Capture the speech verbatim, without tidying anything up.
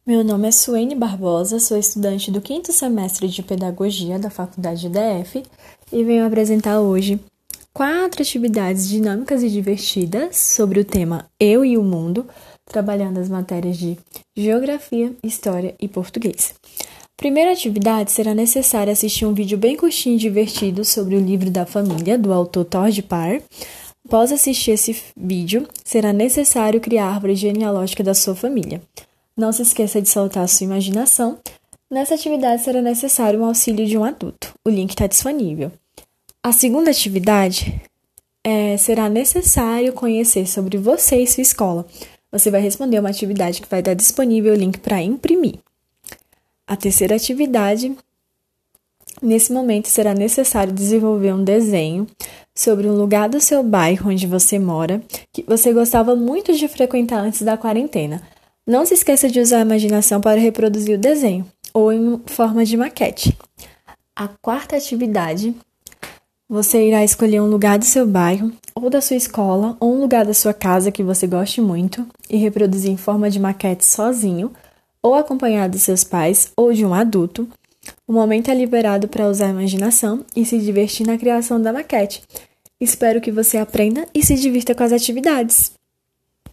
Meu nome é Suene Barbosa, sou estudante do quinto semestre de Pedagogia da Faculdade D F e venho apresentar hoje quatro atividades dinâmicas e divertidas sobre o tema Eu e o Mundo, trabalhando as matérias de Geografia, História e Português. Primeira atividade, será necessário assistir um vídeo bem curtinho e divertido sobre o livro da família, do autor Tord Parr. Após assistir esse vídeo, será necessário criar a árvore genealógica da sua família. Não se esqueça de soltar a sua imaginação. Nessa atividade será necessário o auxílio de um adulto. O link está disponível. A segunda atividade é, será necessário conhecer sobre você e sua escola. Você vai responder uma atividade que vai estar disponível o link para imprimir. A terceira atividade, nesse momento será necessário desenvolver um desenho sobre um lugar do seu bairro onde você mora, que você gostava muito de frequentar antes da quarentena. Não se esqueça de usar a imaginação para reproduzir o desenho, ou em forma de maquete. A quarta atividade, você irá escolher um lugar do seu bairro, ou da sua escola, ou um lugar da sua casa que você goste muito, e reproduzir em forma de maquete sozinho, ou acompanhado de seus pais, ou de um adulto. O momento é liberado para usar a imaginação e se divertir na criação da maquete. Espero que você aprenda e se divirta com as atividades.